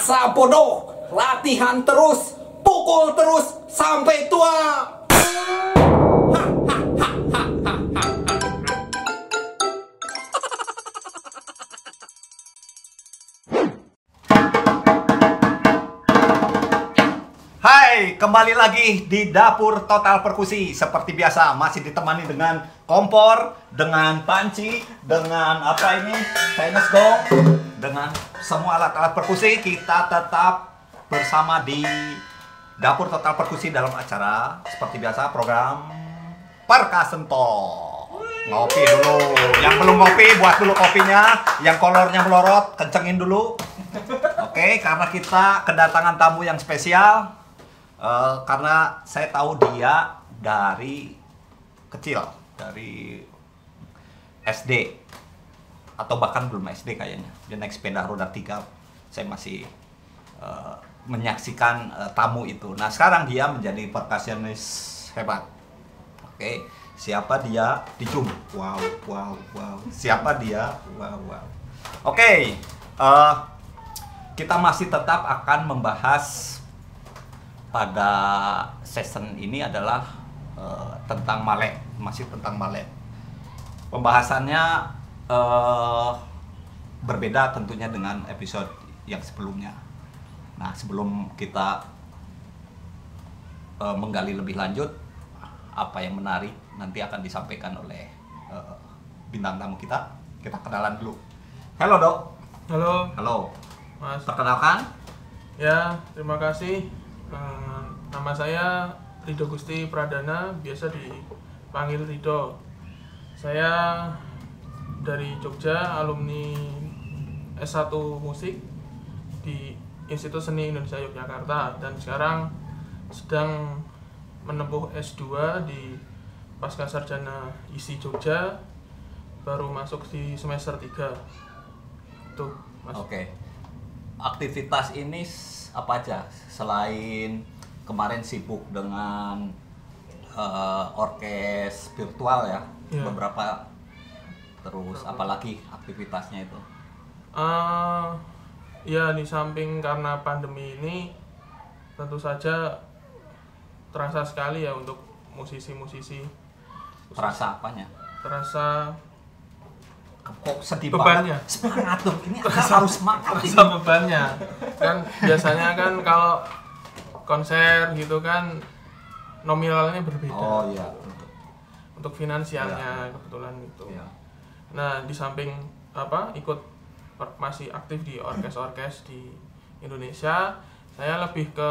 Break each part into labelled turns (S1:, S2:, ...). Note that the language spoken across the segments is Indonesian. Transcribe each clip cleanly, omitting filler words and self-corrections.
S1: Masa bodoh, latihan terus, pukul terus sampai tua.
S2: Hai, kembali lagi di Dapur Total Perkusi. Seperti biasa, masih ditemani dengan kompor, dengan panci, dengan apa ini, tenis gong, dengan semua alat-alat perkusi. Kita tetap bersama di Dapur Total Perkusi dalam acara seperti biasa program Perkasento. Ngopi dulu. Yang belum ngopi, buat dulu kopinya. Yang kolornya melorot, kencengin dulu. Oke, karena kita kedatangan tamu yang spesial. Karena saya tahu dia dari kecil, dari SD atau bahkan belum SD kayaknya. Dia naik sepeda roda 3. Saya masih menyaksikan tamu itu. Nah, sekarang dia menjadi perkusionis hebat. Oke, siapa dia? Dicum. Wow. Siapa dia? Wow. Oke, kita masih tetap akan membahas pada season ini adalah tentang Mallet, masih tentang Mallet. Pembahasannya berbeda tentunya dengan episode yang sebelumnya. Nah, sebelum kita menggali lebih lanjut, apa yang menarik nanti akan disampaikan oleh bintang tamu kita. Kita kenalan dulu. Halo, Dok. Halo.
S3: Mas.
S2: Perkenalkan.
S3: Ya, terima kasih. Nama saya Rido Gusti Pradana, biasa dipanggil Rido. Saya dari Jogja, alumni S1 Musik di Institut Seni Indonesia Yogyakarta, dan sekarang sedang menempuh S2 di Pascasarjana ISI Jogja, baru masuk di semester 3. Tuh, Mas.
S2: Oke. Aktivitas ini apa aja selain kemarin sibuk dengan orkes virtual ya, beberapa, terus apalagi aktivitasnya itu?
S3: Ya, di samping karena pandemi ini tentu saja terasa sekali ya untuk musisi-musisi.
S2: Terasa apanya?
S3: Terasa
S2: Kok sedih
S3: bebannya.
S2: Banget? Semangat dong, ini harus semangat.
S3: Terasa bebannya. Kan biasanya kan kalau konser gitu kan nominalnya berbeda.
S2: Oh iya.
S3: Untuk finansialnya kebetulan gitu.
S2: Iya.
S3: Nah, di samping masih aktif di orkes-orkes di Indonesia, saya lebih ke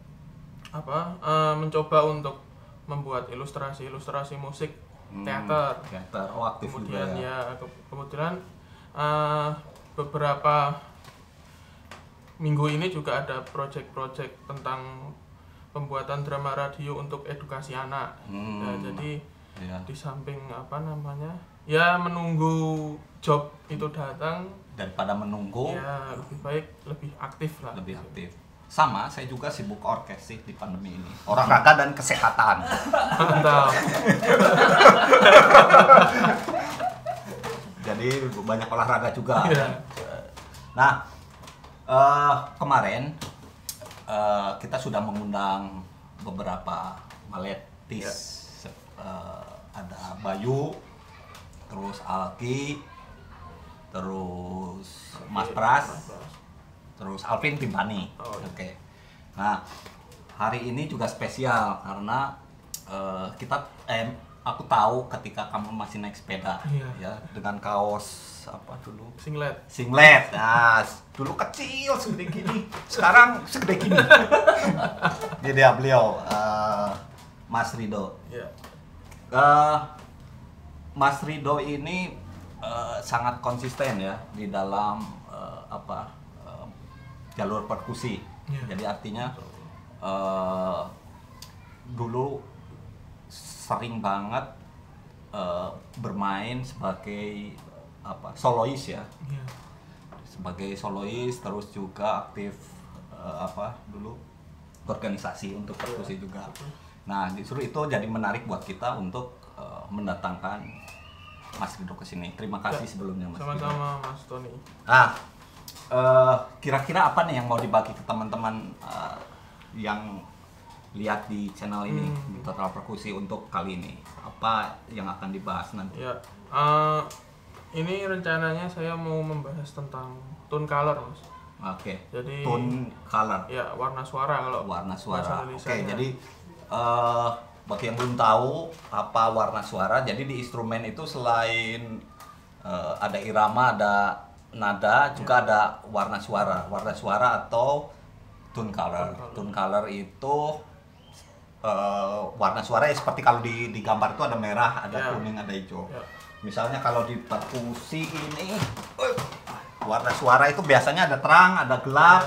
S3: mencoba untuk membuat ilustrasi musik teater.
S2: Oh, aktif
S3: kemudian
S2: juga ya.
S3: Kemudian beberapa minggu ini juga ada proyek-proyek tentang pembuatan drama radio untuk edukasi anak. Nah, jadi di samping ya menunggu job itu datang,
S2: daripada menunggu,
S3: ya lebih baik lebih aktif lah.
S2: Lebih aktif. Sama, saya juga sibuk orkes sih di pandemi ini. Olahraga dan kesehatan.
S3: Mantap.
S2: Jadi banyak olahraga juga.
S3: Yeah.
S2: Nah, kemarin kita sudah mengundang beberapa maletis. Ada Bayu, terus Alki, terus Mas Pras, terus Alvin Timpani. Oke. Nah, hari ini juga spesial karena aku tahu ketika kamu masih naik sepeda, ya, dengan kaos apa dulu? Singlet. Nah, dulu kecil segede gini, sekarang segede gini. Ini dia beliau, Mas Rido. Mas Rido ini sangat konsisten ya di dalam jalur perkusi. Jadi artinya dulu sering banget bermain sebagai solois ya. Sebagai solois, terus juga aktif dulu organisasi untuk perkusi juga. Nah, justru itu jadi menarik buat kita untuk mendatangkan Mas Rido ke sini. Terima kasih sebelumnya, Mas.
S3: Sama-sama, Mas Tony.
S2: Nah, kira-kira apa nih yang mau dibagi ke teman-teman yang lihat di channel ini di Total Perkusi untuk kali ini? Apa yang akan dibahas nanti?
S3: Ya, ini rencananya saya mau membahas tentang tone color, Mas.
S2: Oke.
S3: Jadi
S2: tone color.
S3: Ya, warna suara kalau
S2: warna suara. Oke,
S3: ya.
S2: jadi bagi yang belum tahu apa warna suara, jadi di instrumen itu selain ada irama, ada nada, juga ada warna suara. Warna suara atau tone color. Tone color itu warna suara ya seperti kalau di gambar itu ada merah, ada kuning, ada hijau. Misalnya kalau di perkusi ini warna suara itu biasanya ada terang, ada gelap.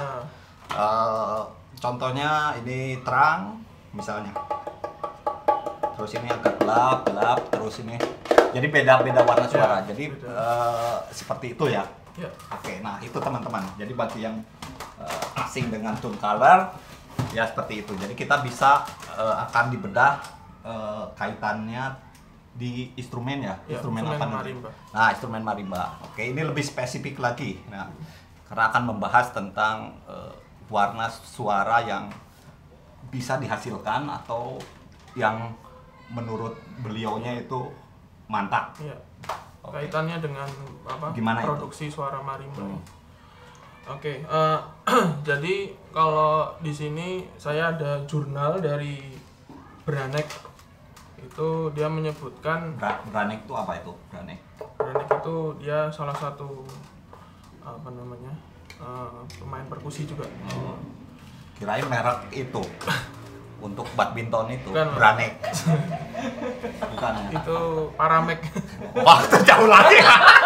S2: Contohnya ini terang misalnya. Terus ini agak gelap, terus ini. Jadi beda-beda warna suara. Jadi seperti itu ya. Oke, nah itu teman-teman. Jadi bagi yang asing dengan tone color ya seperti itu. Jadi kita bisa akan dibedah kaitannya di instrumen ya. Instrumen apa nanti? Nah, instrumen marimba. Oke, ini lebih spesifik lagi. Nah, karena akan membahas tentang warna suara yang bisa dihasilkan atau yang menurut beliaunya itu mantap.
S3: Iya. Kaitannya dengan apa?
S2: Gimana
S3: produksi itu? Suara marimba. Oke, jadi kalau di sini saya ada jurnal dari Branek. Itu dia menyebutkan
S2: Branek itu apa itu? Branek
S3: itu dia salah satu apa namanya? Pemain perkusi juga.
S2: Kirain merek itu. Untuk badminton itu
S3: bukan,
S2: Branek. Bukan ya?
S3: Itu Paramek.
S2: Wah, itu jauh lagi.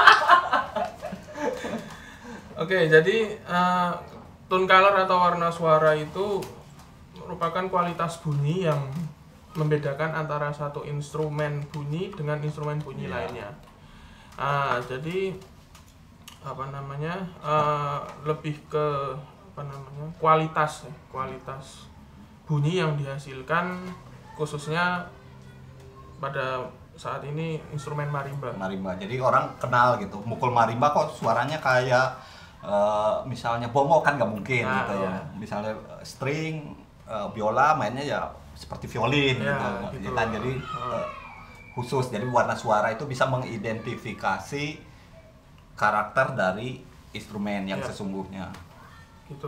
S3: Oke, jadi tone color atau warna suara itu merupakan kualitas bunyi yang membedakan antara satu instrumen bunyi dengan instrumen bunyi lainnya. Jadi apa namanya? Lebih ke apa namanya? Kualitas bunyi yang dihasilkan khususnya pada saat ini instrumen marimba.
S2: Jadi orang kenal gitu, mukul marimba kok suaranya kayak misalnya bongo kan nggak mungkin gitu ya. Misalnya string, biola mainnya ya seperti violin gitu. Kan jadi khusus. Jadi warna suara itu bisa mengidentifikasi karakter dari instrumen yang sesungguhnya.
S3: Gitu.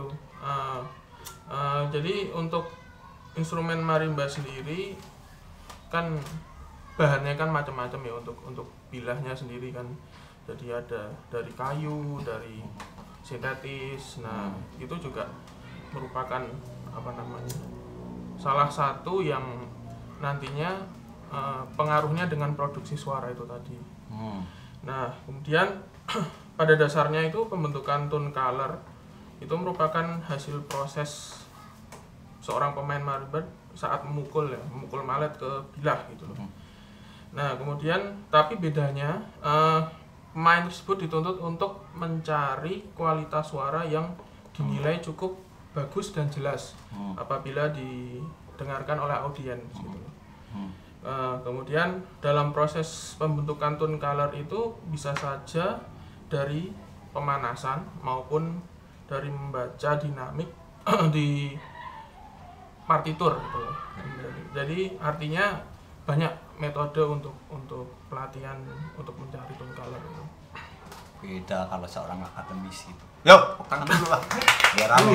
S3: Jadi untuk instrumen marimba sendiri kan bahannya kan macam-macam ya untuk bilahnya sendiri kan. Jadi ada dari kayu, dari sintetis. Nah, itu juga merupakan apa namanya? Salah satu yang nantinya pengaruhnya dengan produksi suara itu tadi. Nah, kemudian pada dasarnya itu pembentukan tone color itu merupakan hasil proses seorang pemain marimba saat memukul malet ke bilah gitu loh. Nah, kemudian tapi bedanya pemain tersebut dituntut untuk mencari kualitas suara yang dinilai cukup bagus dan jelas apabila didengarkan oleh audiens gitu. Kemudian dalam proses pembentukan tone color itu bisa saja dari pemanasan maupun dari membaca dinamik di partitur gitu loh. Jadi artinya banyak metode untuk pelatihan untuk mencari tone color itu.
S2: Beda kalau seorang akademisi itu. Yo, tangan dulu lah. Biar rame.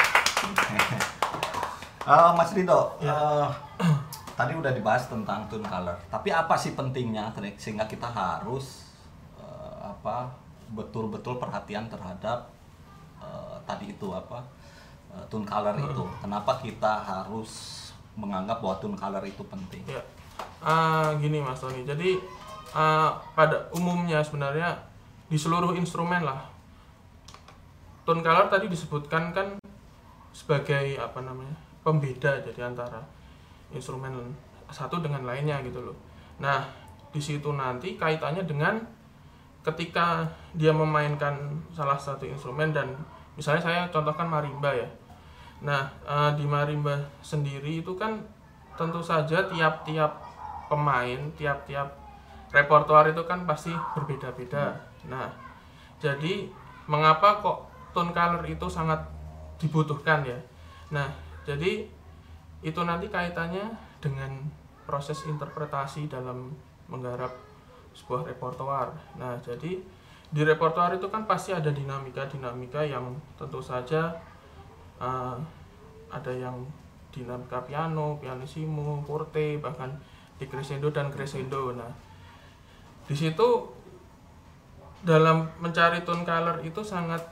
S2: Mas Rido, tadi udah dibahas tentang tone color. Tapi apa sih pentingnya sehingga kita harus betul-betul perhatian terhadap tadi itu tone color itu. Kenapa kita harus menganggap bahwa tone color itu penting?
S3: Ya. Gini Mas Tony. Jadi pada umumnya sebenarnya di seluruh instrumen lah tone color tadi disebutkan kan sebagai apa namanya? Pembeda jadi antara instrumen satu dengan lainnya gitu loh. Nah, di situ nanti kaitannya dengan ketika dia memainkan salah satu instrumen dan misalnya saya contohkan marimba ya. Nah, di marimba sendiri itu kan tentu saja tiap-tiap pemain, tiap-tiap repertoar itu kan pasti berbeda-beda. Nah, jadi mengapa kok tone color itu sangat dibutuhkan ya. Nah, jadi itu nanti kaitannya dengan proses interpretasi dalam menggarap sebuah repertoire. Nah, jadi di repertoire itu kan pasti ada dinamika yang tentu saja ada yang dinamika piano, pianissimo, forte, bahkan di crescendo dan crescendo. Nah, di situ dalam mencari tone color itu sangat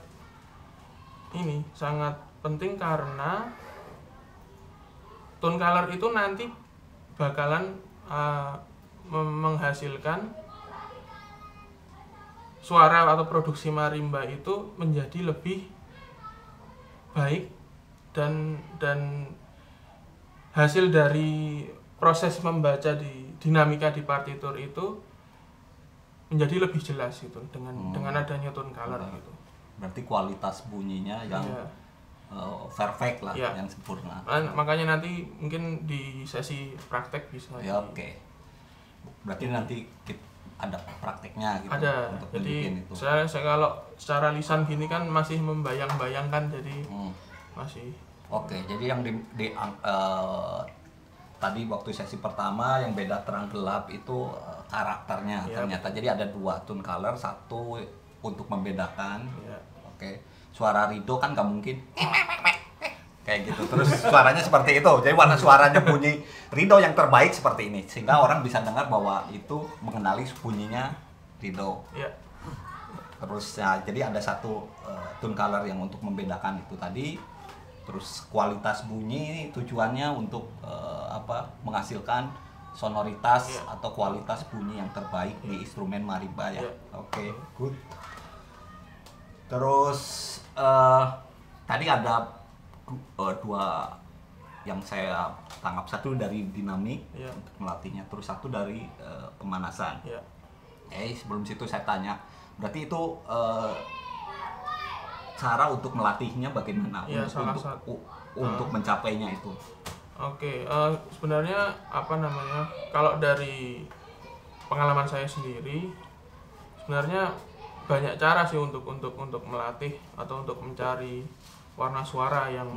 S3: penting karena tone color itu nanti bakalan menghasilkan suara atau produksi marimba itu menjadi lebih baik dan hasil dari proses membaca di dinamika di partitur itu menjadi lebih jelas gitu dengan adanya tone color gitu.
S2: Berarti kualitas bunyinya yang perfect lah, yang sempurna.
S3: Makanya nanti mungkin di sesi praktek bisa.
S2: Ya, oke. Berarti nanti ada prakteknya gitu.
S3: Ada.
S2: Untuk
S3: jadi
S2: itu.
S3: saya kalau secara lisan gini kan masih membayang-bayangkan, jadi masih.
S2: Oke, jadi yang tadi waktu sesi pertama yang beda terang gelap itu karakternya ternyata. Jadi ada 2 tone color, satu untuk membedakan. Oke. Suara Rido kan nggak mungkin kayak gitu. Terus suaranya seperti itu. Jadi warna suaranya bunyi Rido yang terbaik seperti ini, sehingga orang bisa dengar bahwa itu mengenali bunyinya Rido. Terus ya, jadi ada satu tone color yang untuk membedakan itu tadi. Terus kualitas bunyi tujuannya untuk menghasilkan sonoritas atau kualitas bunyi yang terbaik di instrumen marimba ya. Oke, good. Terus tadi ada 2 yang saya tangkap, satu dari dinamik untuk melatihnya, terus satu dari pemanasan. Sebelum situ saya tanya, berarti itu cara untuk melatihnya bagaimana untuk mencapainya itu?
S3: Oke, sebenarnya kalau dari pengalaman saya sendiri, sebenarnya banyak cara sih untuk melatih atau untuk mencari warna suara yang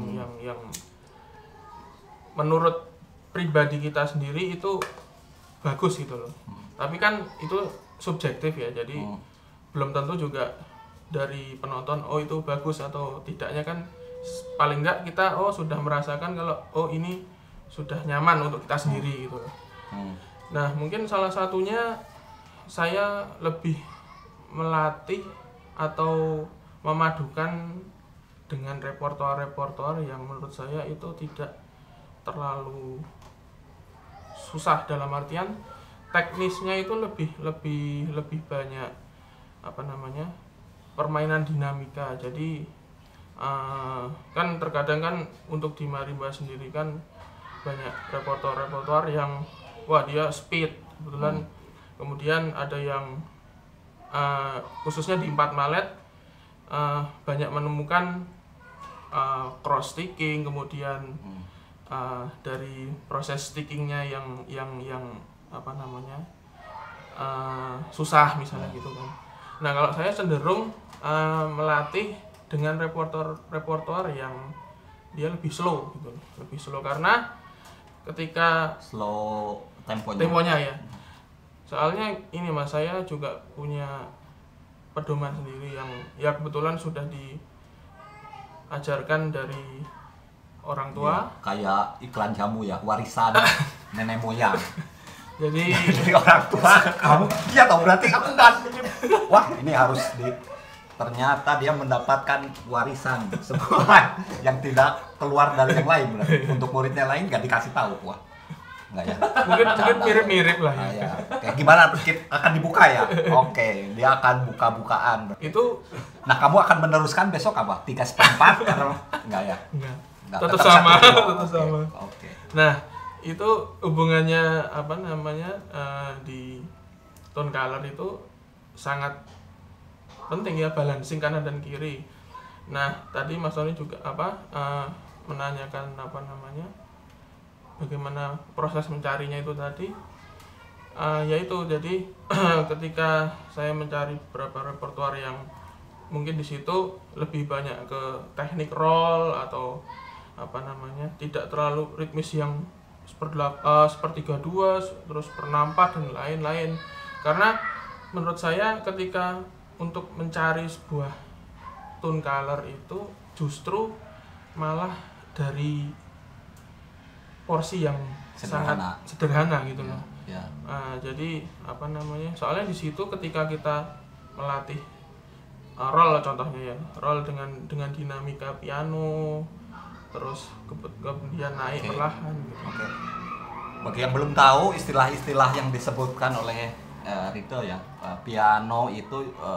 S3: menurut pribadi kita sendiri itu bagus gitu loh. Tapi kan itu subjektif ya, jadi belum tentu juga dari penonton itu bagus atau tidaknya kan. Paling enggak kita sudah merasakan kalau ini sudah nyaman untuk kita sendiri gitu. Nah, mungkin salah satunya saya lebih melatih atau memadukan dengan repertoire yang menurut saya itu tidak terlalu susah, dalam artian teknisnya itu lebih banyak permainan dinamika. Jadi kan terkadang kan untuk di marimba sendiri kan banyak repertoire yang dia speed kebetulan. Kemudian ada yang khususnya di 4 mallet banyak menemukan cross sticking, kemudian dari proses stickingnya yang susah misalnya gitu kan. Nah, kalau saya cenderung melatih dengan repertoire yang dia lebih slow gitu, lebih slow karena ketika
S2: slow
S3: temponya ya. Soalnya ini Mas, saya juga punya pedoman sendiri yang kebetulan sudah diajarkan dari orang tua.
S2: Kayak iklan jamu ya, warisan nenek moyang.
S3: Jadi
S2: dari orang tua kamu. Iya tahu, berarti aku kan. Wah, ini harus ternyata dia mendapatkan warisan semua yang tidak keluar dari yang lain. Untuk muridnya lain nggak dikasih tahu. Wah, nggak ya?
S3: Mungkin mirip-mirip lah ya.
S2: Kayak gimana? Akan dibuka ya? Oke, dia akan buka-bukaan.
S3: Itu.
S2: Nah, kamu akan meneruskan besok apa? 3/4 atau enggak ya?
S3: Enggak. Tetap sama.
S2: Oke.
S3: Nah, itu hubungannya di tone color itu sangat penting ya, balancing kanan dan kiri. Nah, tadi Mas Tony juga menanyakan bagaimana proses mencarinya itu tadi. Yaitu jadi ketika saya mencari beberapa repertoire yang mungkin di situ lebih banyak ke teknik roll atau apa namanya, tidak terlalu ritmis yang sepertiga dua terus per 4 dan lain-lain. Karena menurut saya ketika untuk mencari sebuah tone color itu justru malah dari porsi yang sangat sederhana gitu loh.
S2: Ya.
S3: Jadi apa namanya, soalnya di situ ketika kita melatih roll contohnya ya, roll dengan dinamika piano, terus kemudian naik perlahan gitu.
S2: Oke. Bagi yang belum tahu istilah-istilah yang disebutkan oleh Rido ya, piano itu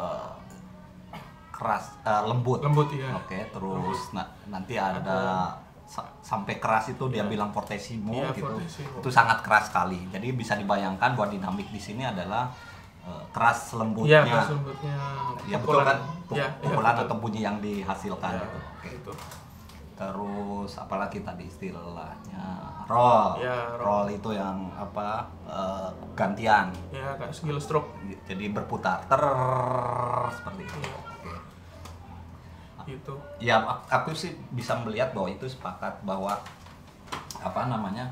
S2: keras, lembut ya. Oke, terus nanti ada sampai keras itu dia bilang fortissimo gitu. Fortissimo. Itu sangat keras sekali. Jadi bisa dibayangkan bahwa dinamik di sini adalah keras lembutnya.
S3: Iya, keras lembutnya.
S2: Ya betul kan?
S3: Pukulan
S2: atau bunyi yang dihasilkan
S3: ya,
S2: gitu. Oke.
S3: Itu.
S2: Terus apalagi tadi istilahnya roll.
S3: Ya,
S2: roll itu yang gantian.
S3: Ya, kayak skill stroke.
S2: Jadi berputar seperti itu.
S3: Ya.
S2: Oke.
S3: Gitu.
S2: Ya, aku sih bisa melihat bahwa itu sepakat bahwa apa namanya,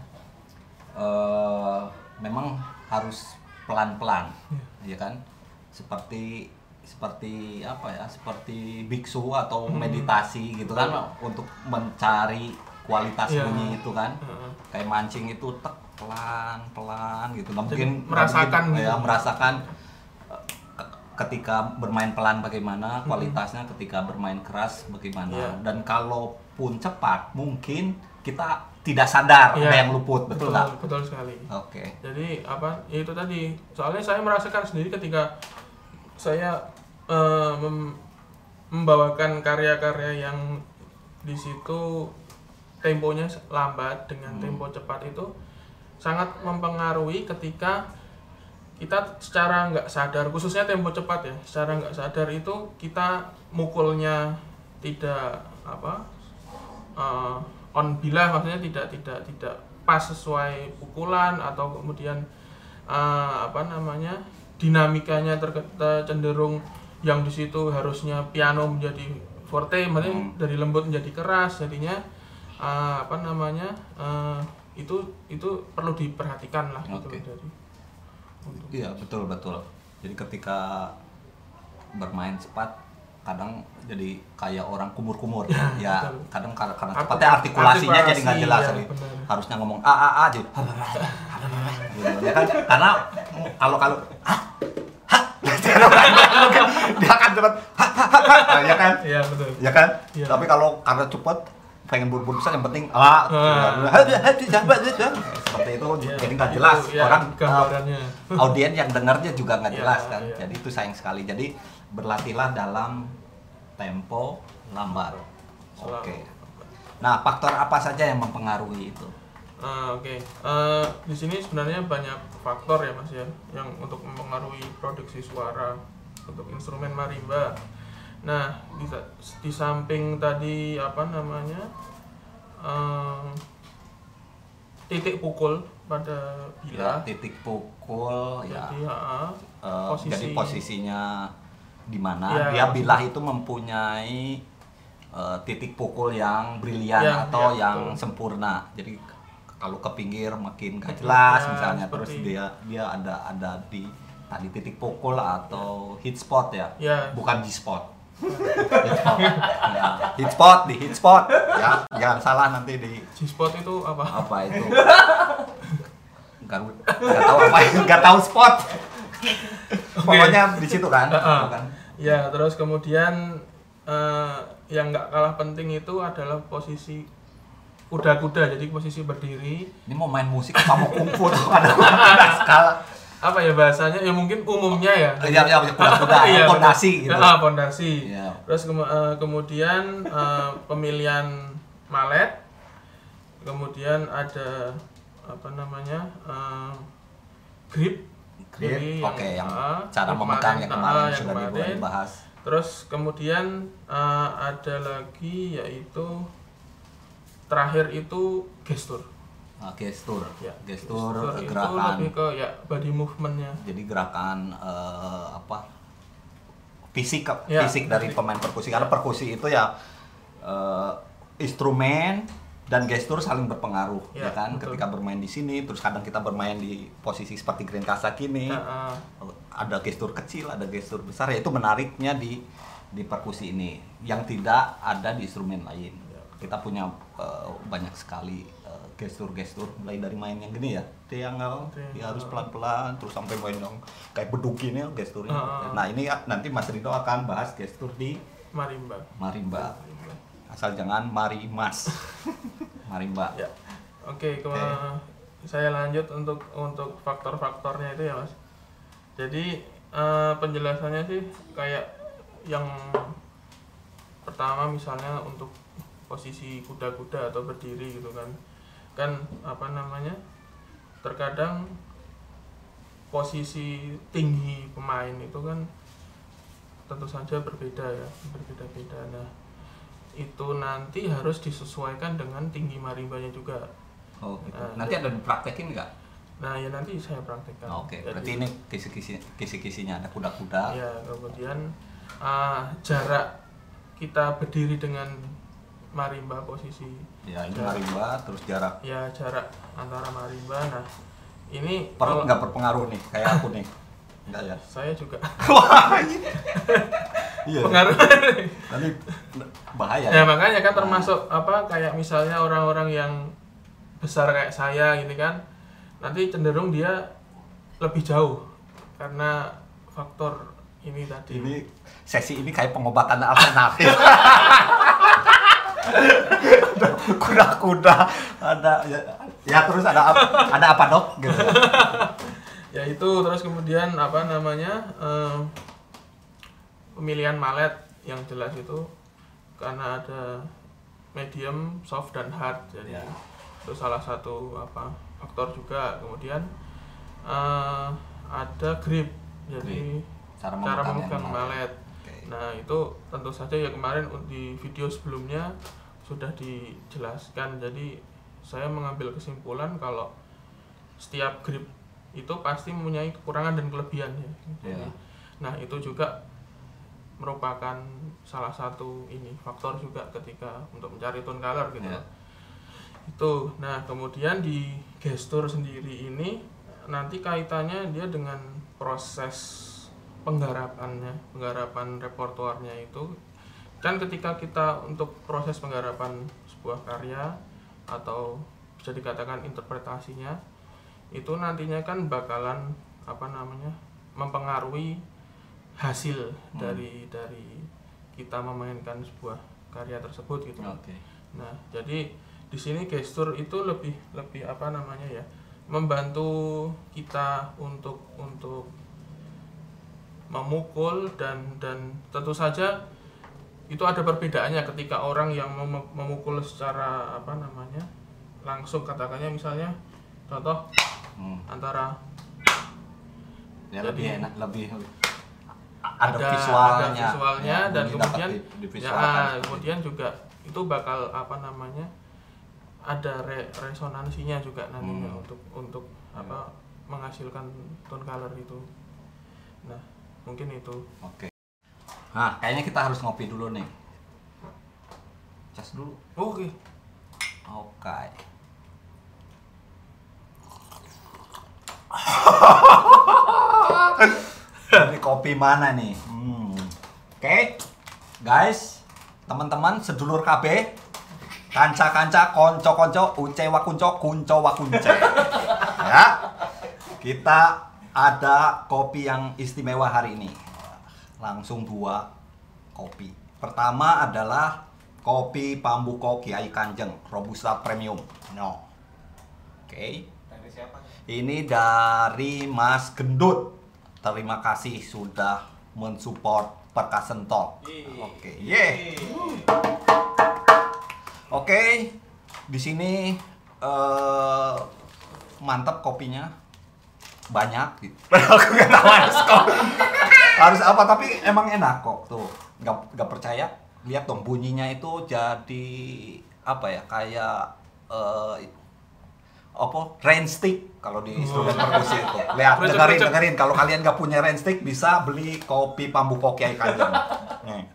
S2: memang harus pelan-pelan, ya kan? Seperti apa ya? Seperti biksu atau meditasi gitu kan, untuk mencari kualitas bunyi itu kan. Kayak mancing itu pelan-pelan gitu. Nggak mungkin
S3: merasakan
S2: gitu. Ya, merasakan ketika bermain pelan bagaimana kualitasnya, ketika bermain keras bagaimana. Dan kalaupun cepat mungkin kita tidak sadar ada yang luput, betul nggak?
S3: Betul sekali.
S2: Oke.
S3: Jadi apa? Ya itu tadi. Soalnya saya merasakan sendiri ketika saya membawakan karya-karya yang di situ temponya lambat dengan tempo cepat itu sangat mempengaruhi ketika kita secara nggak sadar, khususnya tempo cepat ya, secara nggak sadar itu kita mukulnya tidak on bilah, maksudnya tidak pas sesuai pukulan, atau kemudian dinamikanya cenderung yang di situ harusnya piano menjadi forte, maksudnya dari lembut menjadi keras, jadinya itu perlu diperhatikan lah gitu.
S2: Iya, betul. Jadi ketika bermain cepat kadang jadi kayak orang kumur-kumur ya, kadang karena cepatnya artikulasinya jadi nggak jelas ya, harusnya ngomong a aja ya kan, karena kalau dia akan cepat ya kan, ya kan, tapi kalau karena cepat pengen buru-buru bisa, yang penting seperti itu jadi nggak jelas, orang audiens yang dengarnya juga nggak jelas kan. Jadi itu sayang sekali. Jadi berlatihlah dalam tempo lambat. Oke. Nah, faktor apa saja yang mempengaruhi itu?
S3: Di sini sebenarnya banyak faktor ya Mas ya, yang untuk mempengaruhi produksi suara untuk instrumen marimba. Nah, di samping tadi titik pukul pada bilah.
S2: Titik pukul
S3: jadi,
S2: jadi posisinya di mana dia bilah itu mempunyai titik pukul yang brilian atau yang sempurna. Jadi kalau ke pinggir makin gak jelas misalnya, terus dia ada di tadi titik pukul atau hit spot ya, bukan G spot. Hit spot ya, jangan salah nanti di
S3: G spot itu apa
S2: itu nggak tahu spot. Pokoknya di situ kan.
S3: Ya, terus kemudian yang nggak kalah penting itu adalah posisi kuda-kuda, jadi posisi berdiri.
S2: Ini mau main musik apa mau kungfu tuh, ada skala
S3: apa ya bahasanya ya, mungkin umumnya ya.
S2: Iya, kuda-kuda, pondasi gitu.
S3: Pondasi. Terus kemudian pemilihan malet, kemudian ada grip.
S2: Yang cara memegang yang kemarin sudah dibahas.
S3: Terus kemudian ada lagi yaitu terakhir itu gestur.
S2: Gestur
S3: gerakan itu lebih ke body movementnya.
S2: Jadi gerakan fisik
S3: Ya,
S2: fisik dari
S3: fisik.
S2: pemain perkusi. Karena perkusi itu ya instrumen dan gestur saling berpengaruh, ya,
S3: Ya,
S2: kan?
S3: betul.
S2: Ketika bermain di sini, terus kadang kita bermain di posisi seperti Green Kazakh ini, ada gestur kecil, ada gestur besar, ya itu menariknya di perkusi ini, yang tidak ada di instrumen lain. Kita punya banyak sekali gestur-gestur, mulai dari main yang gini ya, triangle, dia harus pelan-pelan, terus sampai main yang kayak beduk gini gesturnya. Nah ini nanti Mas Rido akan bahas gestur di marimba. Asal jangan marimas. Marimba.
S3: Ya. Oke, saya lanjut untuk faktor-faktornya itu ya, Mas. Jadi penjelasannya sih kayak yang pertama misalnya untuk posisi kuda-kuda atau berdiri gitu kan. Kan apa namanya? Terkadang posisi tinggi pemain itu kan tentu saja berbeda ya, berbeda-beda. Nah, itu nanti harus disesuaikan dengan tinggi marimbanya juga.
S2: Oh, gitu. Nanti ada dipraktekin nggak?
S3: Nah, ya nanti saya praktekkan.
S2: Oke, berarti ini kisi-kisinya ada kuda-kuda.
S3: Ya, kemudian jarak kita berdiri dengan marimba posisi.
S2: Ya, ini marimba, terus jarak.
S3: Ya, jarak antara marimba. Nah, ini
S2: Nggak berpengaruh nih, kayak aku nih. Enggak ya?
S3: Saya juga.
S2: Wah, iya.
S3: Pengaruh.
S2: Nanti bahaya.
S3: Ya, makanya kan termasuk apa kayak misalnya orang-orang yang besar kayak saya gitu kan. Nanti cenderung dia lebih jauh karena faktor ini tadi.
S2: Ini sesi ini kayak pengobatan alternatif. Kuda-kuda ada ya terus ada apa dok gitu.
S3: Ya itu terus kemudian apa namanya pemilihan malet yang jelas itu karena ada medium, soft dan hard, jadi itu salah satu apa faktor juga. Kemudian ada grip, jadi cara memegang malet. Nah itu tentu saja ya kemarin di video sebelumnya sudah dijelaskan. Jadi saya mengambil kesimpulan kalau setiap grip itu pasti mempunyai kekurangan dan kelebihannya. Nah itu juga merupakan salah satu faktor juga ketika untuk mencari tone color gitu. Itu. Nah kemudian di gestur sendiri ini nanti kaitannya dia dengan proses penggarapan repertoarnya itu kan ketika kita untuk proses penggarapan sebuah karya atau bisa dikatakan interpretasinya itu nantinya kan bakalan apa namanya mempengaruhi hasil dari kita memainkan sebuah karya tersebut gitu. Nah jadi di sini gestur itu lebih apa namanya ya membantu kita untuk memukul dan tentu saja itu ada perbedaannya ketika orang yang memukul secara apa namanya langsung katakannya misalnya contoh antara
S2: ya lebih enak
S3: ada visualnya dan kemudian kemudian juga itu bakal apa namanya ada resonansinya juga nantinya untuk apa menghasilkan tone color itu. Nah mungkin itu.
S2: Oke. Nah kayaknya kita harus ngopi dulu nih. Cas dulu.
S3: Oke.
S2: Ini kopi mana nih? Oke, guys, teman-teman, sedulur KB, kanca-kanca, konco-konco, uce wakunco, kunco wakunce. Ya, kita ada kopi yang istimewa hari ini. Langsung 2 kopi. Pertama adalah kopi Pambuko Kiai Kanjeng Robusta Premium. Oke. Ini dari Mas Gendut. Terima kasih sudah mensupport Percussion Talk. Oke. Di sini mantap kopinya. Banyak gitu. Aku nggak tahu harus apa, tapi emang enak kok tuh. Nggak percaya? Lihat dong bunyinya itu jadi apa ya? Kayak rain stick kalau di instrumen perkusi itu. Lihat, dengerin. Kalau kalian nggak punya rain stick, bisa beli kopi Pambuko Kiai Kanjeng. Nih.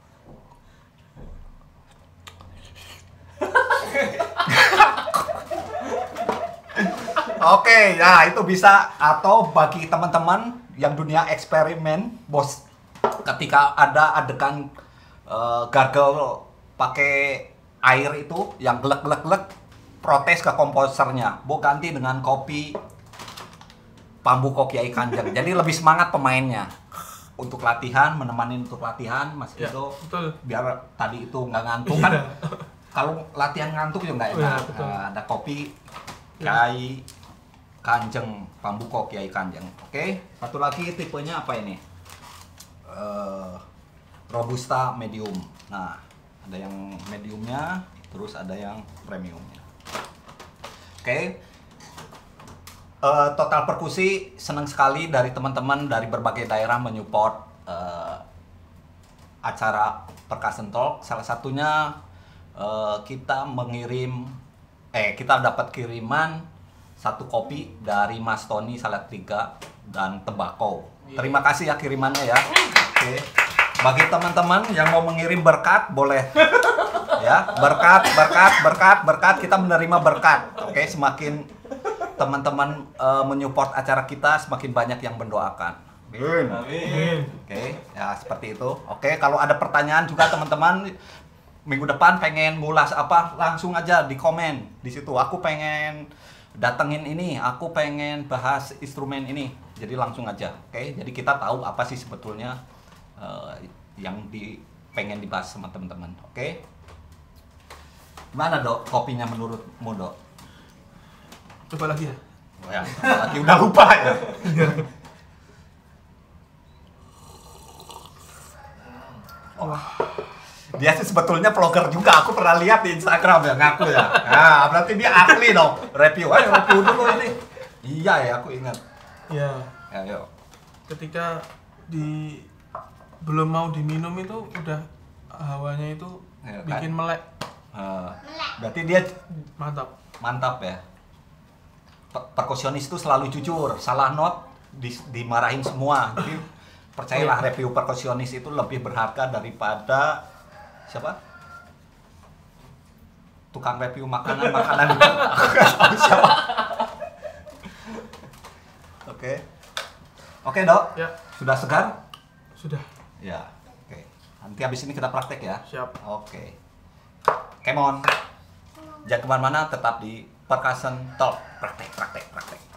S2: Oke, ya itu bisa. Atau bagi teman-teman yang dunia eksperimen, bos, ketika ada adegan gargle pakai air itu yang glek, protes ke komposernya, Bu ganti dengan kopi Pambuko Kiai Kanjeng. Jadi lebih semangat pemainnya untuk latihan, menemani untuk latihan, Mas Ido.
S3: Betul.
S2: Biar tadi itu nggak ngantuk kan. Kalau latihan ngantuk juga nggak enak. Ada kopi Kiai Kanjeng, Pambuko Kiai Kanjeng. Oke, satu lagi tipenya apa ini? Robusta medium. Nah, ada yang mediumnya, terus ada yang premiumnya. Oke. Total Perkusi senang sekali dari teman-teman dari berbagai daerah menyupport acara Percussion Talk. Salah satunya kita dapat kiriman satu kopi dari Mas Tony Salatiga dan tembakau. Terima kasih ya kirimannya ya. Oke. Bagi teman-teman yang mau mengirim berkat boleh ya, berkat kita menerima berkat. Oke, semakin teman-teman menyupport acara kita, semakin banyak yang mendoakan.
S3: Amin.
S2: Oke, ya seperti itu. Oke, kalau ada pertanyaan juga teman-teman minggu depan pengen ngulas apa, langsung aja di komen di situ. Aku pengen datengin ini, aku pengen bahas instrumen ini. Jadi langsung aja. Oke, jadi kita tahu apa sih sebetulnya yang pengen dibahas sama teman-teman. Oke. Gimana, Dok? Kopinya menurutmu, Dok?
S3: Coba lagi ya.
S2: Oh ya, lagi udah lupa ya. Oh. Dia sih sebetulnya vlogger juga, aku pernah lihat di Instagram ya, ngaku ya. Nah, berarti dia ahli dong review. Ayo review dulu ini. Iya ya, aku ingat.
S3: Ya.
S2: Ayo.
S3: Ketika belum mau diminum itu udah hawanya itu
S2: Ya, kan?
S3: bikin melek.
S2: Berarti dia
S3: Mantap
S2: ya. Perkusionis itu selalu jujur, salah not dimarahin semua. Jadi percayalah, review perkusionis itu lebih berharga daripada siapa? Tukang review makanan itu. Aku nggak tahu siapa. Oke, Dok.
S3: Ya.
S2: Sudah segar?
S3: Sudah.
S2: Ya. Oke. Nanti habis ini kita praktek ya.
S3: Siap.
S2: Oke. Come on. Jangan kemana-mana, tetap di Percussion Talk. Praktek.